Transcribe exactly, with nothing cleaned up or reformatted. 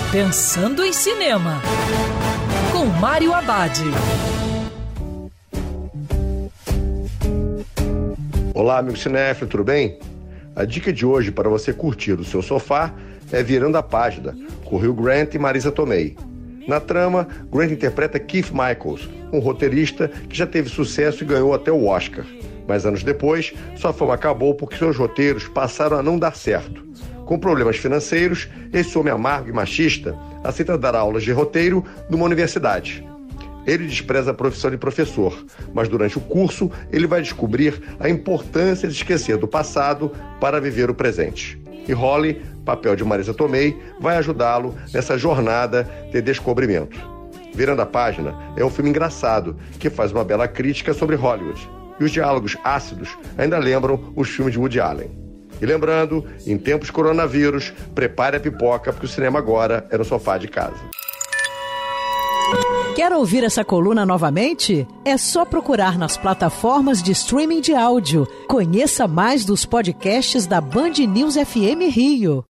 Pensando em Cinema, com Mário Abad. Olá, amigo cinéfilo, tudo bem? A dica de hoje para você curtir o seu sofá é Virando a Página, com Hugh Grant e Marisa Tomei. Na trama, Grant interpreta Keith Michaels, um roteirista que já teve sucesso e ganhou até o Oscar. Mas anos depois, sua fama acabou porque seus roteiros passaram a não dar certo. Com problemas financeiros, esse homem amargo e machista aceita dar aulas de roteiro numa universidade. Ele despreza a profissão de professor, mas durante o curso ele vai descobrir a importância de esquecer do passado para viver o presente. E Holly, papel de Marisa Tomei, vai ajudá-lo nessa jornada de descobrimento. Virando a Página é um filme engraçado que faz uma bela crítica sobre Hollywood. E os diálogos ácidos ainda lembram os filmes de Woody Allen. E lembrando, em tempos de coronavírus, prepare a pipoca porque o cinema agora é no sofá de casa. Quer ouvir essa coluna novamente? É só procurar nas plataformas de streaming de áudio. Conheça mais dos podcasts da Band News F M Rio.